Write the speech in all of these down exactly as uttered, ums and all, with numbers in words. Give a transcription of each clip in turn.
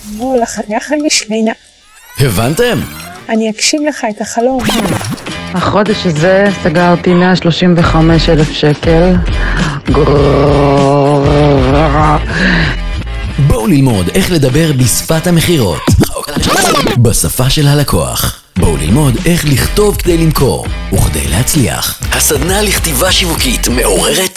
אמרו לך, אני אחרי משמינה. הבנתם? אני אגשים לך את החלום. החודש הזה סגרתי מאה שלושים וחמישה אלף שקל. בואו ללמוד איך לדבר בשפת המחירות. בשפה של הלקוח. בואו ללמוד איך לכתוב כדי למכור וכדי להצליח. הסדנה לכתיבה שיווקית מעוררת,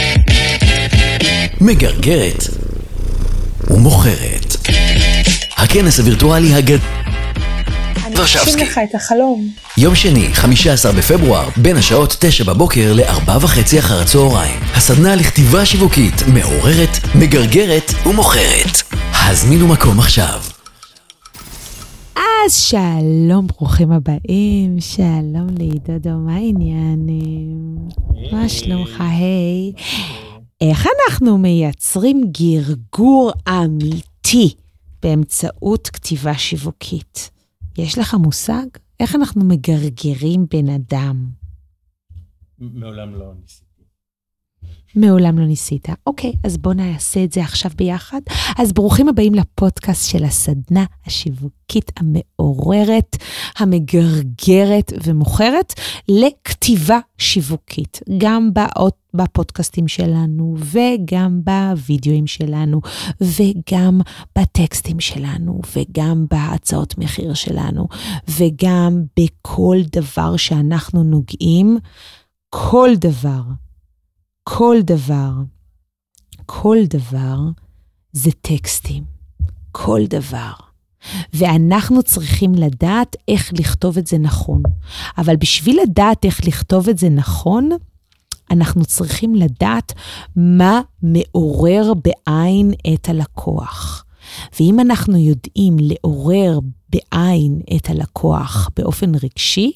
מגרגרת ומוכרת. הכנס הווירטואלי הגדול. אני אגשים לך את החלום. יום שני, חמישה עשר בפברואר, בין השעות תשע בבוקר לארבע וחצי אחר הצהריים. הסדנה לכתיבה שיווקית מעוררת, מגרגרת ומוכרת. הזמינו מקום עכשיו. אז שלום, ברוכים הבאים, שלום לעידודו, מה העניינים? מה שלומך, היי? איך אנחנו מייצרים גרגור אמיתי באמצעות כתיבה שיווקית? יש לך מושג? איך אנחנו מגרגרים בן אדם? מעולם לא ניסיתי. מעולם לא ניסית. אוקיי, אז בוא נעשה את זה עכשיו ביחד. אז ברוכים הבאים לפודקאסט של הסדנה השיווקית המעוררת, המגרגרת ומוכרת לכתיבה שיווקית. גם באות, בפודקאסטים שלנו, וגם בווידאוים שלנו, וגם בטקסטים שלנו, וגם בהצעות מחיר שלנו, וגם בכל דבר שאנחנו נוגעים, כל דבר. כל דבר, כל דבר זה טקסטים, כל דבר. ואנחנו צריכים לדעת איך לכתוב את זה נכון. אבל בשביל לדעת איך לכתוב את זה נכון, אנחנו צריכים לדעת מה מעורר בעין את הלקוח. ואם אנחנו יודעים לעורר בעין את הלקוח באופן רגשי,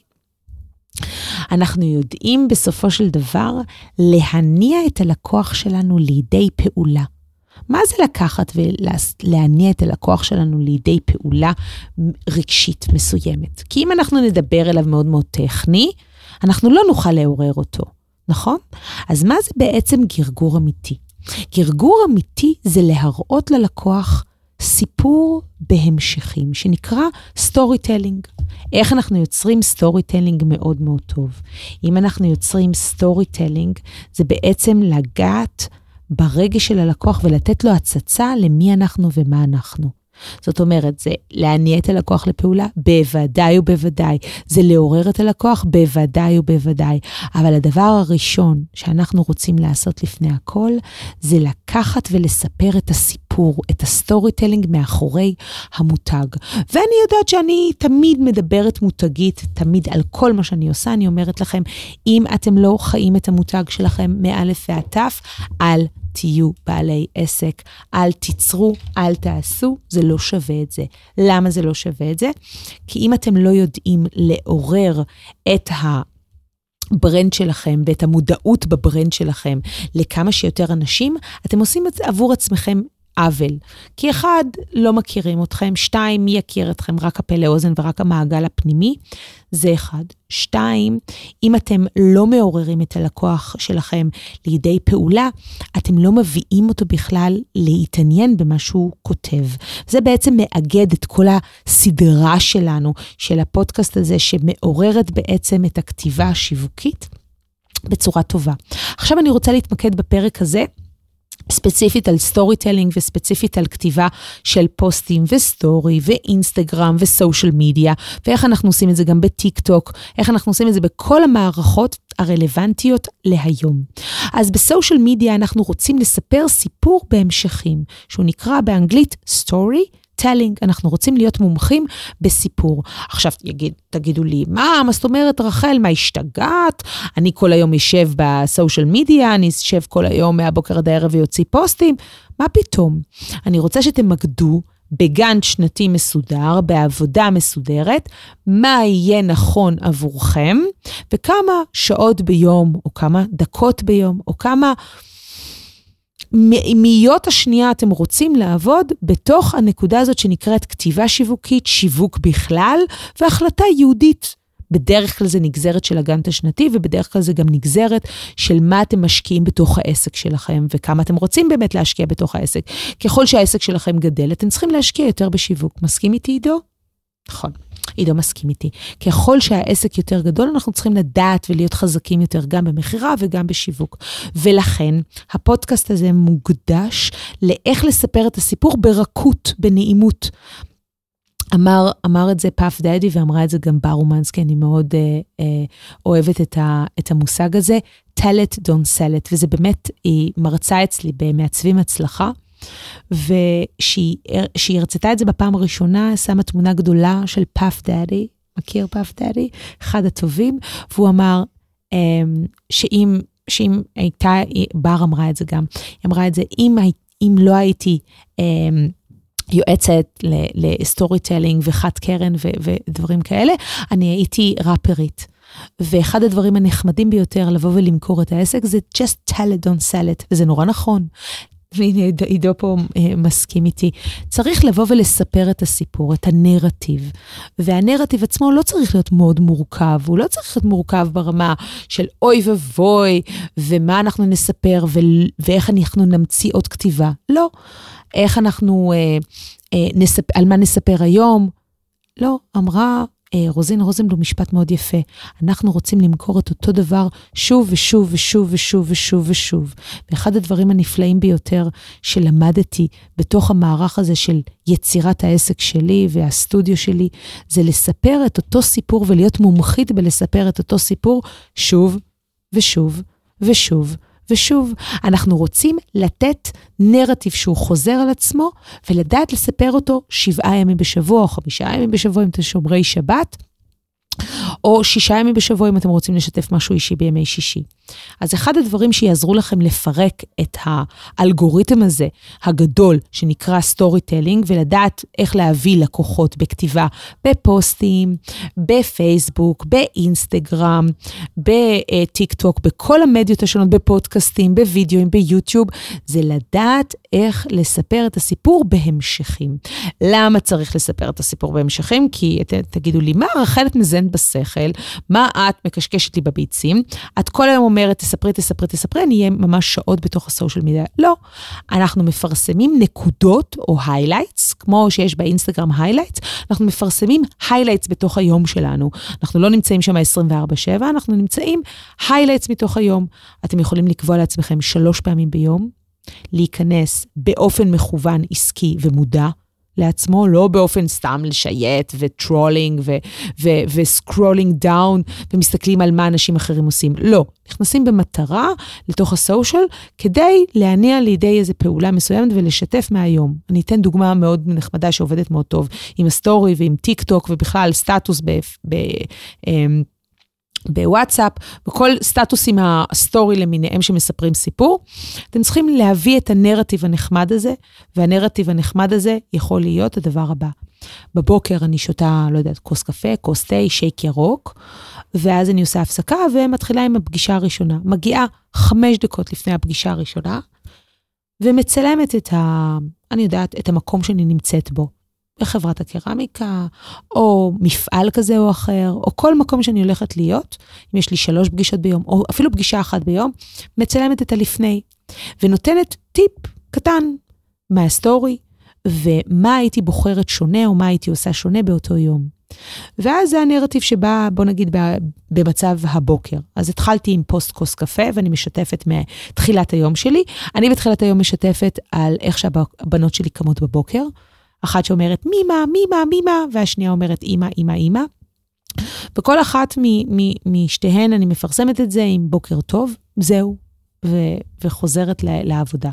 אנחנו יודעים בסופו של דבר להניע את הלקוח שלנו לידי פעולה. מה זה לקחת ולהניע את הלקוח שלנו לידי פעולה רגשית מסוימת? כי אם אנחנו נדבר אליו מאוד מאוד טכני, אנחנו לא נוכל לעורר אותו, נכון? אז מה זה בעצם גרגור אמיתי? גרגור אמיתי זה להראות ללקוח סיפור בהמשכים, שנקרא סטורי טלינג. איך אנחנו יוצרים סטורי טלינג מאוד מאוד טוב? אם אנחנו יוצרים סטורי טלינג, זה בעצם לגעת ברגש של הלקוח ולתת לו הצצה למי אנחנו ומה אנחנו. זאת אומרת, זה להניע את הלקוח לפעולה, בוודאי ובוודאי. זה לעורר את הלקוח, בוודאי ובוודאי. אבל הדבר הראשון שאנחנו רוצים לעשות לפני הכל, זה לקחת ולספר את הסיפור, את הסטורי טלינג מאחורי המותג. ואני יודעת שאני תמיד מדברת מותגית, תמיד על כל מה שאני עושה, אני אומרת לכם, אם אתם לא חיים את המותג שלכם מאלף ועד תף, על תהיו בעלי עסק, אל תיצרו, אל תעשו, זה לא שווה את זה. למה זה לא שווה את זה? כי אם אתם לא יודעים לעורר את הברנד שלכם ואת המודעות בברנד שלכם לכמה שיותר אנשים, אתם עושים את זה עבור עצמכם עוול. כי אחד, לא מכירים אתכם, שתיים, מי יכיר אתכם? רק הפה לאוזן ורק המעגל הפנימי, זה אחד. שתיים, אם אתם לא מעוררים את הלקוח שלכם לידי פעולה, אתם לא מביאים אותו בכלל להתעניין במה שהוא כותב. זה בעצם מאגד את כל הסדרה שלנו, של הפודקאסט הזה, שמעוררת בעצם את הכתיבה השיווקית בצורה טובה. עכשיו אני רוצה להתמקד בפרק הזה, ספציפית על סטורי טלינג וספציפית על כתיבה של פוסטים וסטורי ואינסטגרם וסושיאל מדיה, ואיך אנחנו עושים את זה גם בטיק טוק, איך אנחנו עושים את זה בכל המערכות הרלוונטיות להיום. אז בסושיאל מדיה אנחנו רוצים לספר סיפור בהמשכים, שהוא נקרא באנגלית סטורי טלינג. אנחנו רוצים להיות מומחים בסיפור. עכשיו יגיד, תגידו לי, מה, מה זאת אומרת רחל, מה השתגעת? אני כל היום יושב בסושיאל מדיה, אני יושב כל היום מהבוקר עד הערב ויוציא פוסטים. מה פתאום? אני רוצה שתמקדו בגן שנתי מסודר, בעבודה מסודרת, מה יהיה נכון עבורכם, וכמה שעות ביום, או כמה דקות ביום, או כמה מאיות השנייה אתם רוצים לעבוד בתוך הנקודה הזאת שנקראת כתיבה שיווקית, שיווק בכלל, והחלטה יהודית בדרך כלל זה נגזרת של הגאנט השנתי, ובדרך כלל זה גם נגזרת של מה אתם משקיעים בתוך העסק שלכם, וכמה אתם רוצים באמת להשקיע בתוך העסק. ככל שהעסק שלכם גדל, אתם צריכים להשקיע יותר בשיווק. מסכים איתי, עידו? נכון. עידו מסכים איתי. ככל שהעסק יותר גדול, אנחנו צריכים לדעת ולהיות חזקים יותר, גם במחירה וגם בשיווק. ולכן, הפודקאסט הזה מוקדש לאיך לספר את הסיפור ברכות, בנעימות. אמר, אמר את זה פאף דדי, ואמרה את זה גם בר אומנסקי, אני מאוד אה, אה, אוהבת את, ה, את המושג הזה, tell it, don't sell it, וזה באמת, היא מרצה אצלי במעצבים הצלחה, ושהיא הרצתה את זה בפעם הראשונה, שמה תמונה גדולה של פאף דדי, מכיר פאף דדי? אחד הטובים, והוא אמר אה, שאם, שאם הייתה, בר אמרה את זה גם, היא אמרה את זה, אם, אם לא הייתי, אה, יועצת לסטורי טלינג וחד קרן ודברים כאלה, אני הייתי ראפרית. ואחד הדברים הנחמדים ביותר לבוא ולמכור את העסק זה just tell it, don't sell it, וזה נורא נכון. והנה עידו פה מסכים איתי. צריך לבוא ולספר את הסיפור, את הנרטיב. והנרטיב עצמו לא צריך להיות מאוד מורכב, הוא לא צריך להיות מורכב ברמה של אוי ובוי, ומה אנחנו נספר, ואיך אנחנו נמציא עוד כתיבה. לא. איך אנחנו, אה, אה, נספ... על מה נספר היום? לא, אמרה אה, רוזין רוזנבלום משפט מאוד יפה. אנחנו רוצים למכור את אותו דבר שוב ושוב ושוב ושוב ושוב ושוב. ואחד הדברים הנפלאים ביותר שלמדתי בתוך המערך הזה של יצירת העסק שלי והסטודיו שלי, זה לספר את אותו סיפור ולהיות מומחית בלספר את אותו סיפור שוב ושוב ושוב. ושוב, אנחנו רוצים לתת נרטיב שהוא חוזר על עצמו, ולדעת לספר אותו שבעה ימים בשבוע, או חמישה ימים בשבוע, אם אתם שומרי שבת, או שישה ימים בשבוע, אם אתם רוצים לשתף משהו אישי בימי שישי. אז אחד הדברים שיעזרו לכם לפרק את האלגוריתם הזה, הגדול, שנקרא סטורי טלינג, ולדעת איך להביא לקוחות בכתיבה, בפוסטים, בפייסבוק, באינסטגרם, בטיק טוק, בכל המדיות השונות, בפודקאסטים, בווידאוים, ביוטיוב, זה לדעת איך לספר את הסיפור בהמשכים. למה צריך לספר את הסיפור בהמשכים? כי ת, תגידו לי, מה רחלת מזנת בשכל? מה את מקשקשת לי בביצים? את כל היום אומרת, תספרי, תספרי, תספרי, אני אהיה ממש שעות בתוך הסושיאל מדיה. לא. אנחנו מפרסמים נקודות או highlights, כמו שיש באינסטגרם highlights, אנחנו מפרסמים highlights בתוך היום שלנו. אנחנו לא נמצאים שם עשרים וארבע שבע, אנחנו נמצאים highlights מתוך היום. אתם יכולים לקבוע לעצמכם שלוש פעמים ביום, להיכנס באופן מכוון עסקי ומודע, לעצמו, לא באופן סתם לשייט וטרולינג וסקרולינג דאון ומסתכלים על מה אנשים אחרים עושים. לא, נכנסים במטרה לתוך הסושיאל כדי להניע לידי איזו פעולה מסוימת ולשתף מהיום. אני אתן דוגמה מאוד נחמדה שעובדת מאוד טוב עם הסטורי ועם טיק טוק ובכלל סטטוס ב... ב בוואטסאפ, בכל סטטוסים הסטורי למיניהם שמספרים סיפור, אתם צריכים להביא את הנרטיב הנחמד הזה, והנרטיב הנחמד הזה יכול להיות הדבר הבא. בבוקר אני שותה, לא יודעת, כוס קפה, כוס תה, שייק ירוק, ואז אני עושה הפסקה, ומתחילה עם הפגישה הראשונה. מגיעה חמש דקות לפני הפגישה הראשונה, ומצלמת את ה... אני יודעת, את המקום שאני נמצאת בו. בחברת הקרמיקה, או מפעל כזה או אחר, או כל מקום שאני הולכת להיות, אם יש לי שלוש פגישות ביום, או אפילו פגישה אחת ביום, מצלמת את הלפני, ונותנת טיפ קטן מהסטורי, ומה הייתי בוחרת שונה, או מה הייתי עושה שונה באותו יום. ואז זה הנרטיב שבא, בוא נגיד, במצב הבוקר. אז התחלתי עם פוסט כוס קפה, ואני משתפת מתחילת היום שלי. אני בתחילת היום משתפת על איך שהבנות שלי קמות בבוקר, אחת שאומרת מימה, מימה, מימה, והשנייה אומרת אימא, אימא, אימא. וכל אחת משתיהן אני מפרסמת את זה עם בוקר טוב, זהו, ו- וחוזרת ל- לעבודה.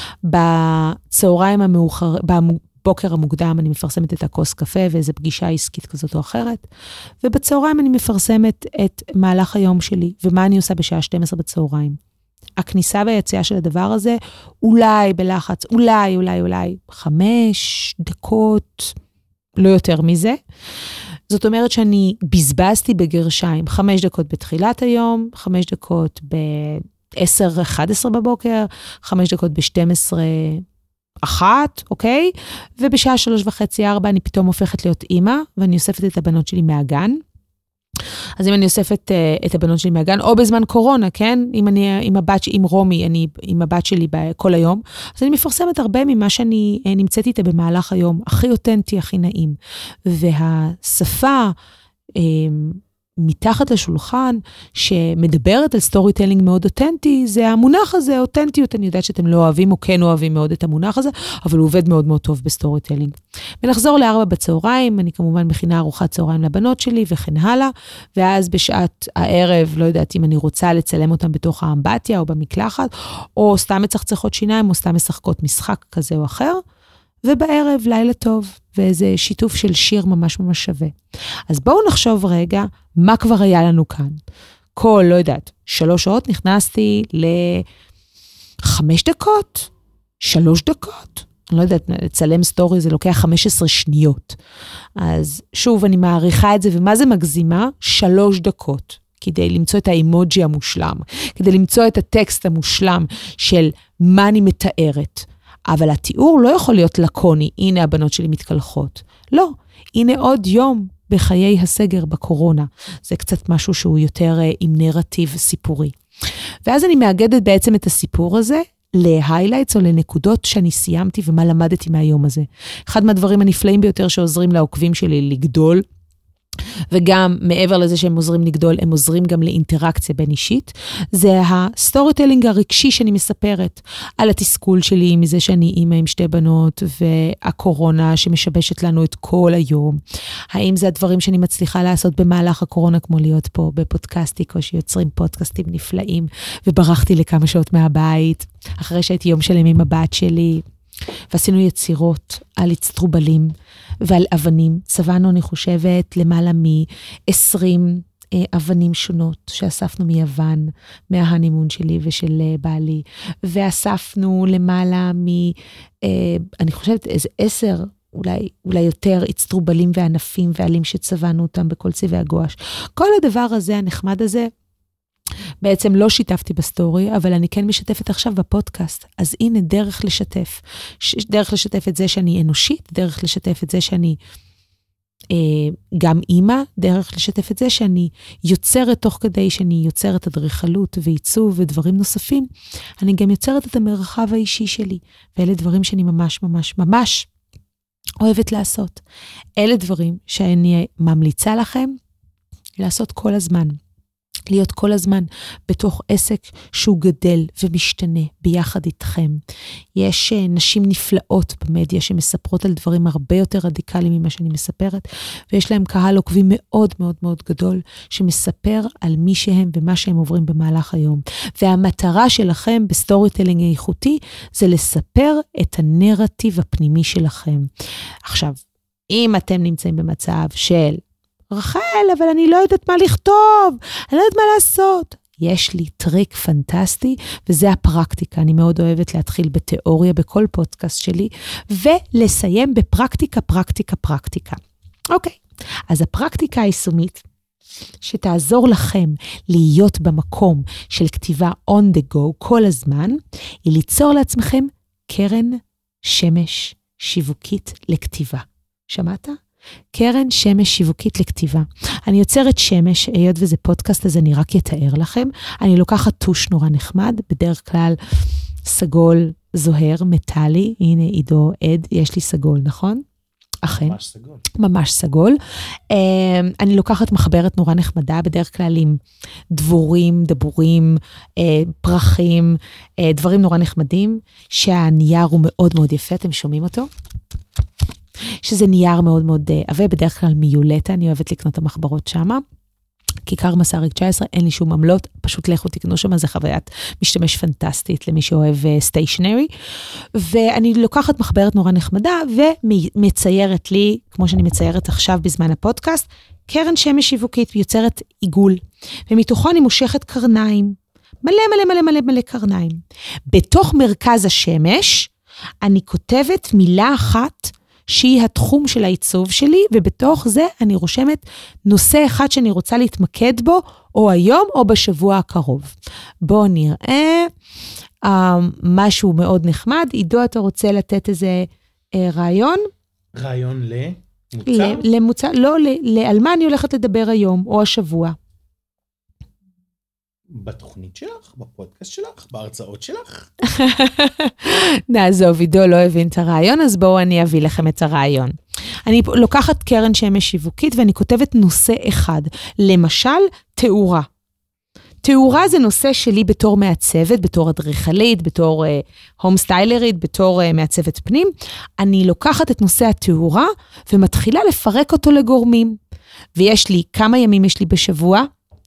בצהריים המאוחר, בבוקר המוקדם אני מפרסמת את הכוס קפה ואיזו פגישה עסקית כזאת או אחרת, ובצהריים אני מפרסמת את מהלך היום שלי, ומה אני עושה בשעה שתים עשרה בצהריים. הכניסה והיציאה של הדבר הזה, אולי בלחץ, אולי, אולי, אולי, חמש דקות, לא יותר מזה. זאת אומרת שאני בזבזתי בגרשיים, חמש דקות בתחילת היום, חמש דקות ב-עשר אחת עשרה בבוקר, חמש דקות ב-שתים עשרה אחת, אוקיי? ובשעה שלוש וחצי ארבע אני פתאום הופכת להיות אימא, ואני אוספת את הבנות שלי מהגן, אז אם אני אוספת uh, את הבנות שלי מהגן, או בזמן קורונה, כן? אם אני, עם הבת, עם רומי, אני עם הבת שלי כל היום, אז אני מפרסמת הרבה ממה שאני uh, נמצאת איתה במהלך היום, הכי אותנטי, הכי נעים. והשפה, uh, מתחת לשולחן, שמדברת על סטורי טלינג מאוד אותנטי, זה המונח הזה, אותנטיות. אני יודעת שאתם לא אוהבים או כן אוהבים מאוד את המונח הזה, אבל הוא עובד מאוד מאוד טוב בסטורי טלינג. ונחזור לארבע בצהריים, אני כמובן מכינה ארוחת צהריים לבנות שלי וכן הלאה, ואז בשעת הערב, לא יודעת אם אני רוצה לצלם אותם בתוך האמבטיה או במקלחת, או סתם מצחצחות שיניים, או סתם משחקות משחק כזה או אחר, ובערב לילה טוב, ואיזה שיתוף של שיר ממש ממש שווה. אז בואו נחשוב רגע, מה כבר היה לנו כאן. כל, לא יודעת, שלוש שעות נכנסתי לחמש דקות, שלוש דקות. אני לא יודעת, לצלם סטורי זה לוקח חמש עשרה שניות. אז שוב, אני מעריכה את זה, ומה זה מגזימה? שלוש דקות. כדי למצוא את האימוג'י המושלם, כדי למצוא את הטקסט המושלם של מה אני מתארת. אבל התיאור לא יכול להיות לקוני, הנה הבנות שלי מתקלחות. לא, הנה עוד יום בחיי הסגר בקורונה. זה קצת משהו שהוא יותר עם נרטיב סיפורי. ואז אני מאגדת בעצם את הסיפור הזה להיילייטס או לנקודות שאני סיימתי ומה למדתי מהיום הזה. אחד מהדברים הנפלאים ביותר שעוזרים לעוקבים שלי לגדול, וגם מעבר לזה שהם עוזרים לגדול, הם עוזרים גם לאינטראקציה בין אישית, זה הסטורי טלינג הרגשי שאני מספרת, על התסכול שלי מזה שאני אימא עם שתי בנות, והקורונה שמשבשת לנו את כל היום. האם זה הדברים שאני מצליחה לעשות במהלך הקורונה, כמו להיות פה בפודקאסטיקו, שיוצרים פודקאסטים נפלאים, וברחתי לכמה שעות מהבית, אחרי שהייתי יום שלם עם הבת שלי, ועשינו יצירות על אצטרובלים ועל אבנים. צבענו, אני חושבת, למעלה מ-עשרים אה, אבנים שונות שאספנו מיוון, מההנימון שלי ושל אה, בעלי, ואספנו למעלה מ... אה, אני חושבת איזה עשר, אולי, אולי יותר אצטרובלים וענפים ועלים שצבענו אותם בכל צבעי הגואש. כל הדבר הזה, הנחמד הזה, בעצם לא שיתפתי בסטורי, אבל אני כן משתפת עכשיו בפודקאסט. אז הנה דרך לשתף. דרך לשתף את זה שאני אנושית, דרך לשתף את זה שאני אה, גם אימא, דרך לשתף את זה שאני יוצרת תוך כדי שאני יוצרת אדריכלות ועיצוב ודברים נוספים. אני גם יוצרת את המרחב האישי שלי, ואלה דברים שאני ממש ממש ממש אוהבת לעשות. אלה דברים שאני ממליצה לכם לעשות כל הזמן. להיות כל הזמן בתוך עסק שהוא גדל ומשתנה ביחד איתכם. יש נשים נפלאות במדיה שמספרות על דברים הרבה יותר רדיקליים ממה שאני מספרת, ויש להם קהל עוקבים מאוד מאוד מאוד גדול, שמספר על מי שהם ומה שהם עוברים במהלך היום. והמטרה שלכם בסטורי טלינג איכותי, זה לספר את הנרטיב הפנימי שלכם. עכשיו, אם אתם נמצאים במצב של רחל, אבל אני לא יודעת מה לכתוב, אני לא יודעת מה לעשות. יש לי טריק פנטסטי, וזה הפרקטיקה. אני מאוד אוהבת להתחיל בתיאוריה בכל פודקאסט שלי, ולסיים בפרקטיקה, פרקטיקה, פרקטיקה. אוקיי, אז הפרקטיקה היישומית, שתעזור לכם להיות במקום של כתיבה on the go כל הזמן, היא ליצור לעצמכם קרן שמש שיווקית לכתיבה. שמעת? קרן שמש שיווקית לכתיבה. אני יוצרת שמש, היות וזה פודקאסט, אז אני רק אתאר לכם. אני לוקחת טוש נורא נחמד, בדרך כלל סגול זוהר, מטלי, הנה עידו עד, יש לי סגול, נכון? אכן. ממש סגול. ממש סגול. אני לוקחת מחברת נורא נחמדה, בדרך כלל עם דבורים, דבורים, פרחים, דברים נורא נחמדים, שהנייר הוא מאוד מאוד יפה, אתם שומעים אותו? שזה נייר מאוד מאוד עבה, בדרך כלל מיולטה, אני אוהבת לקנות את המחברות שמה. כיכר מסריק תשע עשרה, אין לי שום עמלות, פשוט לכו תקנו שמה, זה חוויית משתמש פנטסטית למי שאוהב סטיישנרי. ואני לוקחת מחברת נורא נחמדה, ומציירת לי, כמו שאני מציירת עכשיו בזמן הפודקאסט, קרן שמש שיווקית, ויוצרת עיגול. ומתוכו אני מושכת קרניים, מלא מלא מלא מלא מלא קרניים. בתוך מרכז השמש, אני כותבת מילה אחת, שהיא התחום של העיצוב שלי, ובתוך זה אני רושמת נושא אחד שאני רוצה להתמקד בו, או היום או בשבוע הקרוב. בואו נראה אה, משהו מאוד נחמד. עידו, אתה רוצה לתת איזה אה, רעיון? רעיון ל... מוצר? למוצר, לא, על מה אני הולכת לדבר היום או השבוע. בתוכנית שלך? בפודקאסט שלך? בהרצאות שלך? נעזוב, עידו לא הבין את הרעיון, אז בואו אני אביא לכם את הרעיון. אני לוקחת קרן שמש שיווקית ואני כותבת נושא אחד, למשל, תאורה. תאורה זה נושא שלי בתור מעצבת, בתור אדריכלית, בתור הום uh, סטיילרית, בתור uh, מעצבת פנים. אני לוקחת את נושא התאורה ומתחילה לפרק אותו לגורמים. ויש לי, כמה ימים יש לי בשבוע?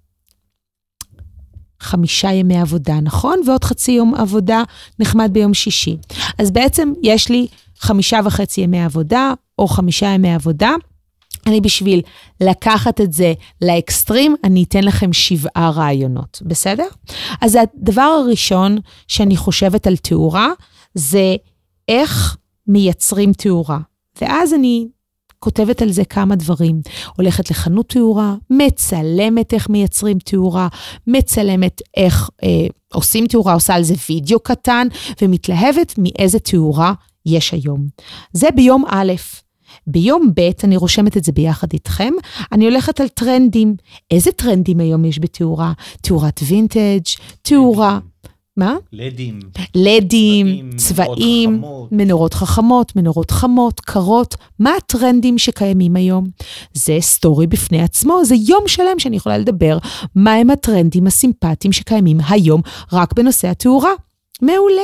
חמישה ימי עבודה, נכון? ועוד חצי יום עבודה נחמד ביום שישי. אז בעצם יש לי חמישה וחצי ימי עבודה, או חמישה ימי עבודה. אני בשביל לקחת את זה לאקסטרים, אני אתן לכם שבעה רעיונות, בסדר? אז הדבר הראשון שאני חושבת על תאורה, זה איך מייצרים תאורה. ואז אני כותבת על זה כמה דברים. הולכת לחנות תאורה, מצלמת איך מייצרים תאורה, מצלמת איך אה, עושים תאורה, עושה על זה וידאו קטן, ומתלהבת מאיזה תאורה יש היום. זה ביום א'. ביום ב', אני רושמת את זה ביחד איתכם, אני הולכת על טרנדים. איזה טרנדים היום יש בתאורה? תאורת וינטג', תאורה... מה? לדים. לדים, צבעים, מנורות חכמות, מנורות חמות, קרות. מה הטרנדים שקיימים היום? זה סטורי בפני עצמו, זה יום שלם שאני יכולה לדבר, מה הם הטרנדים הסימפטיים שקיימים היום רק בנושא התאורה. מעולה.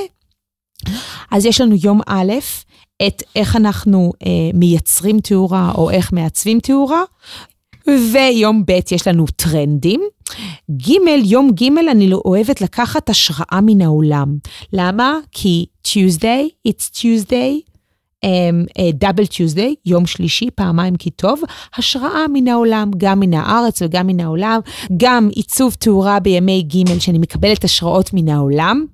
אז יש לנו יום א', את איך אנחנו אה, מייצרים תאורה או איך מעצבים תאורה, ויום ב' יש לנו טרנדים. ג' יום ג' אני לא אוהבת לקחת השראה מן העולם. למה? כי Tuesday, it's Tuesday, דאבל Tuesday, יום שלישי, פעמיים כי טוב, השראה מן העולם, גם מן הארץ וגם מן העולם, גם עיצוב תאורה בימי ג' שאני מקבלת השראות מן העולם,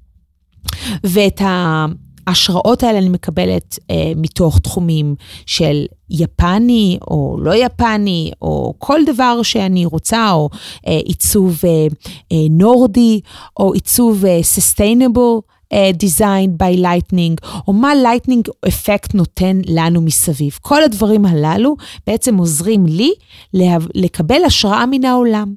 ואת ה... ההשראות האלה אני מקבלת אה, מתוך תחומים של יפני או לא יפני, או כל דבר שאני רוצה, או אה, עיצוב אה, אה, נורדי, או עיצוב אה, sustainable אה, design by lightning, או מה lightning effect נותן לנו מסביב. כל הדברים הללו בעצם עוזרים לי לה, לקבל השראה מן העולם.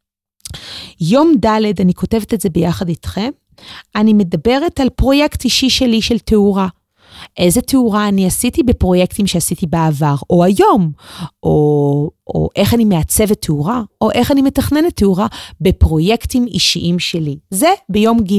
יום ד' אני כותבת את זה ביחד איתכם, אני מדברת על פרויקט אישי שלי של תאורה. איזה תאורה אני עשיתי בפרויקטים שעשיתי בעבר, או היום, או, או איך אני מעצבת תאורה, או איך אני מתכננת תאורה בפרויקטים אישיים שלי. זה ביום ג'.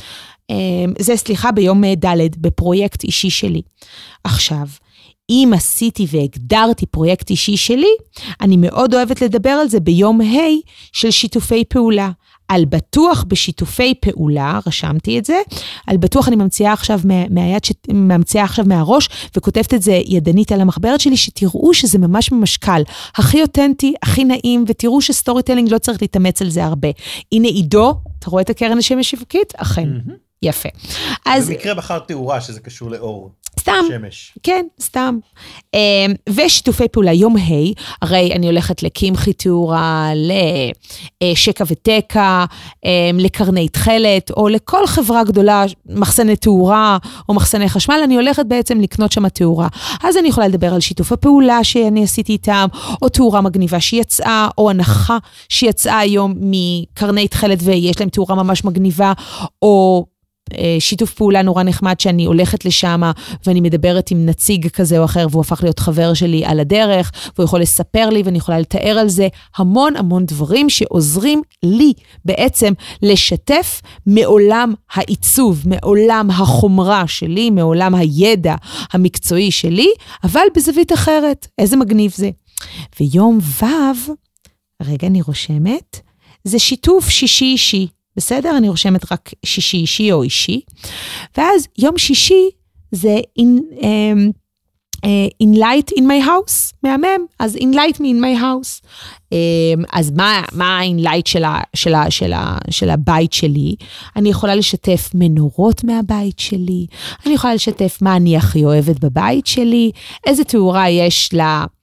זה סליחה ביום ד' בפרויקט אישי שלי. עכשיו, אם עשיתי והגדרתי פרויקט אישי שלי, אני מאוד אוהבת לדבר על זה ביום ה' של שיתופי פעולה. על בטוח בשיתופי פעולה, רשמתי את זה, על בטוח אני ממציאה עכשיו מהיד, ממציאה עכשיו מהראש, וכותבת את זה ידנית על המחברת שלי, שתראו שזה ממש ממש קל, הכי אותנטי, הכי נעים, ותראו שסטורי טלינג לא צריך להתאמץ על זה הרבה. הנה עידו, אתה רואה את הקרן השמש שיווקית? אכן, יפה. במקרה בחר תאורה שזה קשור לאור. סתם, שמש. כן, סתם. ושיתופי פעולה, יום ה', הרי אני הולכת לקמחי תאורה, לשקע ותקע, לקרני תכלת, או לכל חברה גדולה, מחסני תאורה, או מחסני חשמל, אני הולכת בעצם לקנות שם תאורה. אז אני יכולה לדבר על שיתוף הפעולה שאני עשיתי איתם, או תאורה מגניבה שיצאה, או הנחה שיצאה היום מקרני תכלת, ויש להם תאורה ממש מגניבה, או שיתוף פעולה נורא נחמד שאני הולכת לשם ואני מדברת עם נציג כזה או אחר והוא הפך להיות חבר שלי על הדרך והוא יכול לספר לי ואני יכולה לתאר על זה המון המון דברים שעוזרים לי בעצם לשתף מעולם העיצוב, מעולם החומרה שלי, מעולם הידע המקצועי שלי, אבל בזווית אחרת. איזה מגניב זה. ויום ו', רגע אני רושמת, זה שיתוף שישי אישי. בסדר? אני רושמת רק שישי אישי או אישי. ואז יום שישי זה in, um, uh, in light in my house, מהמם. אז in light me in my house. Um, אז מה, מה ה-in light של, ה, של, ה, של, ה, של הבית שלי? אני יכולה לשתף מנורות מהבית שלי. אני יכולה לשתף מה אני הכי אוהבת בבית שלי. איזה תאורה יש לה...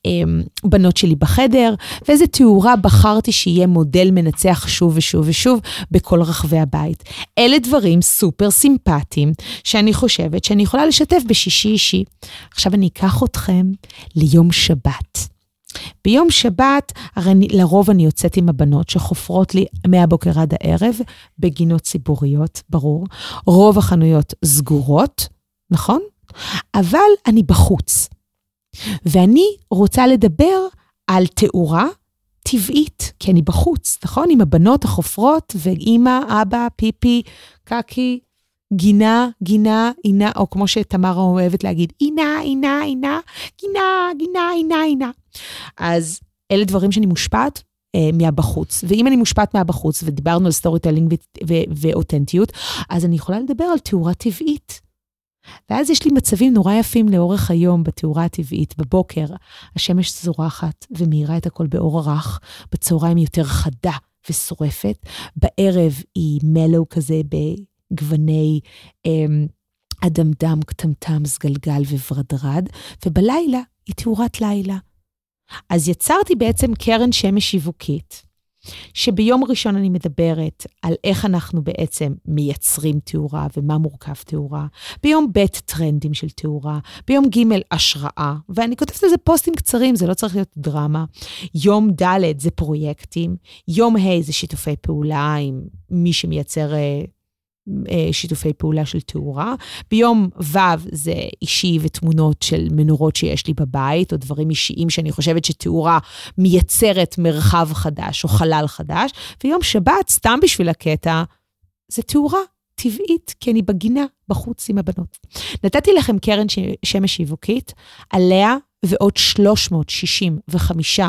הבנות שלי בחדר, ואיזה תאורה בחרתי שיהיה מודל מנצח שוב ושוב ושוב בכל רחבי הבית. אלה דברים סופר סימפטיים, שאני חושבת שאני יכולה לשתף בשישי אישי. עכשיו אני אקח אתכם ליום שבת. ביום שבת, הרי לרוב אני יוצאת עם הבנות שחופרות לי מהבוקר עד הערב, בגינות ציבוריות, ברור. רוב החנויות סגורות, נכון? אבל אני בחוץ. ואני רוצה לדבר על תאורה טבעית, כי אני בחוץ, נכון? עם הבנות החופרות, ואמא, אבא, פיפי, קקי, גינה, גינה, אינה, או כמו שתמרה אוהבת להגיד, אינה, אינה, אינה, גינה, גינה, אינה, אינה. אז אלה דברים שאני מושפעת אה, מהבחוץ. ואם אני מושפעת מהבחוץ, ודיברנו על סטורי טלינג ואותנטיות, אז אני יכולה לדבר על תאורה טבעית. ואז יש לי מצבים נורא יפים לאורך היום בתאורה הטבעית. בבוקר השמש זורחת ומאירה את הכל באור הרך, בצהריים היא יותר חדה ושורפת, בערב היא מלו כזה בגווני אה, אדמדם, קטמטם, סגלגל וברדרד, ובלילה היא תאורת לילה. אז יצרתי בעצם קרן שמש שיווקית, שביום ראשון אני מדברת על איך אנחנו בעצם מייצרים תאורה ומה מורכב תאורה, ביום ב' טרנדים של תאורה, ביום ג' השראה, ואני כותבת לזה פוסטים קצרים, זה לא צריך להיות דרמה, יום ד' זה פרויקטים, יום ה' זה שיתופי פעולה עם מי שמייצר שיתופי פעולה של תאורה, ביום ו' זה אישי ותמונות של מנורות שיש לי בבית, או דברים אישיים שאני חושבת שתאורה מייצרת מרחב חדש, או חלל חדש, ויום שבת, סתם בשביל הקטע, זה תאורה טבעית, כי אני בגינה בחוץ עם הבנות. נתתי לכם קרן שמש שיווקית, עליה ועוד שלוש מאות שישים וחמש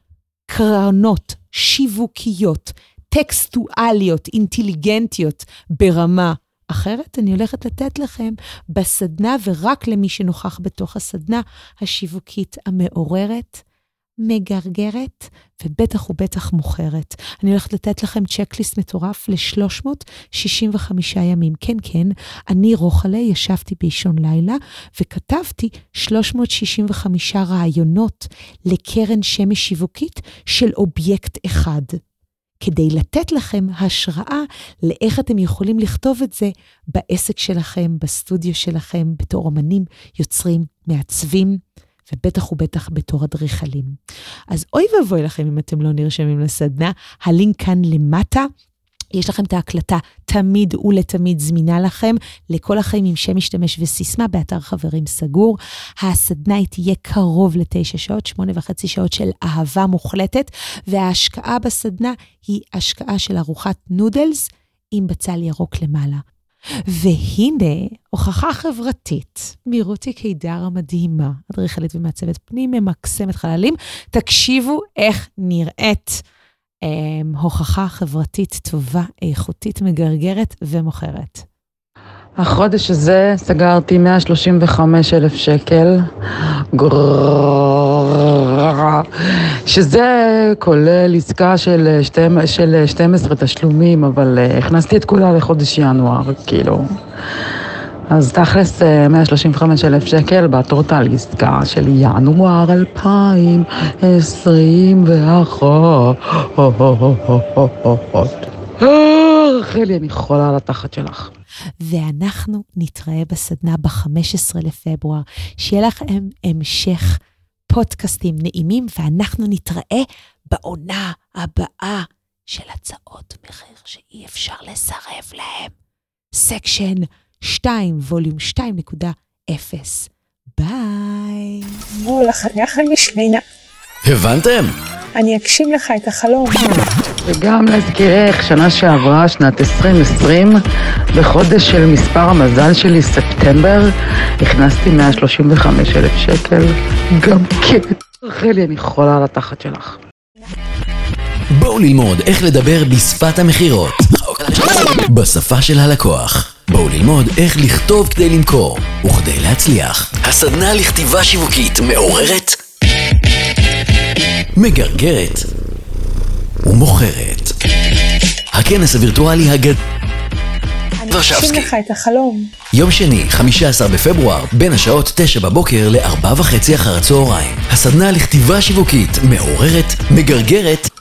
קרנות שיווקיות, טקסטואליות, אינטליגנטיות, ברמה אחרת, אני הולכת לתת לכם בסדנה, ורק למי שנוכח בתוך הסדנה, השיווקית המעוררת, מגרגרת, ובטח ובטח מוכרת. אני הולכת לתת לכם צ'קליסט מטורף ל-שלוש מאות שישים וחמישה ימים. כן, כן, אני רוחלה, ישבתי באישון לילה, וכתבתי שלוש מאות שישים וחמש רעיונות לקרן שמש שיווקית של אובייקט אחד. כדי לתת לכם השראה לאיך אתם יכולים לכתוב את זה בעסק שלכם, בסטודיו שלכם, בתור אמנים, יוצרים, מעצבים, ובטח ובטח בתור אדריכלים. אז אוי ואבוי לכם אם אתם לא נרשמים לסדנה, הלינק כאן למטה, יש לכם את ההקלטה תמיד ולתמיד זמינה לכם, לכל החיים עם שם משתמש וסיסמה, באתר חברים סגור. הסדנה היא תהיה קרוב לתשע שעות, שמונה וחצי שעות של אהבה מוחלטת, וההשקעה בסדנה היא השקעה של ארוחת נודלס עם בצל ירוק למעלה. והנה, הוכחה חברתית מרותי קידר המדהימה, אדריכלית ומעצבת פנים, ממקסמת חללים. תקשיבו איך נראית הוכחה חברתית טובה, איכותית, מגרגרת ומוכרת. החודש הזה סגרתי מאה שלושים וחמישה אלף שקל, שזה כולל עסקה של שתים עשרה תשלומים, אבל הכנסתי את כולה לחודש ינואר, כאילו. אז תכלס מאה שלושים וחמישה אלף שקל בטוטל עסקה של ינואר אלפיים עשרים ואחת. רחלי, אני חולה על התחת שלך. ואנחנו נתראה בסדנה ב-חמישה עשר לפברואר. שיהיה לכם המשך פודקאסטים נעימים, ואנחנו נתראה בעונה הבאה של הצעות מחיר שאי אפשר לסרב להם. סקשן שתיים, ווליום שתיים נקודה אפס. ביי. בואו לחנך המשלינה. הבנתם? אני אגשים לך את החלום. וגם להזכירך, שנה שעברה, שנת עשרים עשרים, בחודש של מספר המזל שלי, ספטמבר, הכנסתי מאה שלושים וחמישה אלף שקל. גם כן. רחלי, אני חולה על התחת שלך. בואו ללמוד איך לדבר בשפת המחירות. בשפה של הלקוח. בואו ללמוד איך לכתוב כדי למכור וכדי להצליח. הסדנה לכתיבה שיווקית מעוררת, מגרגרת ומוכרת. הכנס הווירטואלי הגדול ורשבסקי. להגשים לך את החלום. יום שני, חמישה עשר בפברואר, בין השעות תשע בבוקר לארבע וחצי אחר הצהריים. הסדנה לכתיבה שיווקית מעוררת, מגרגרת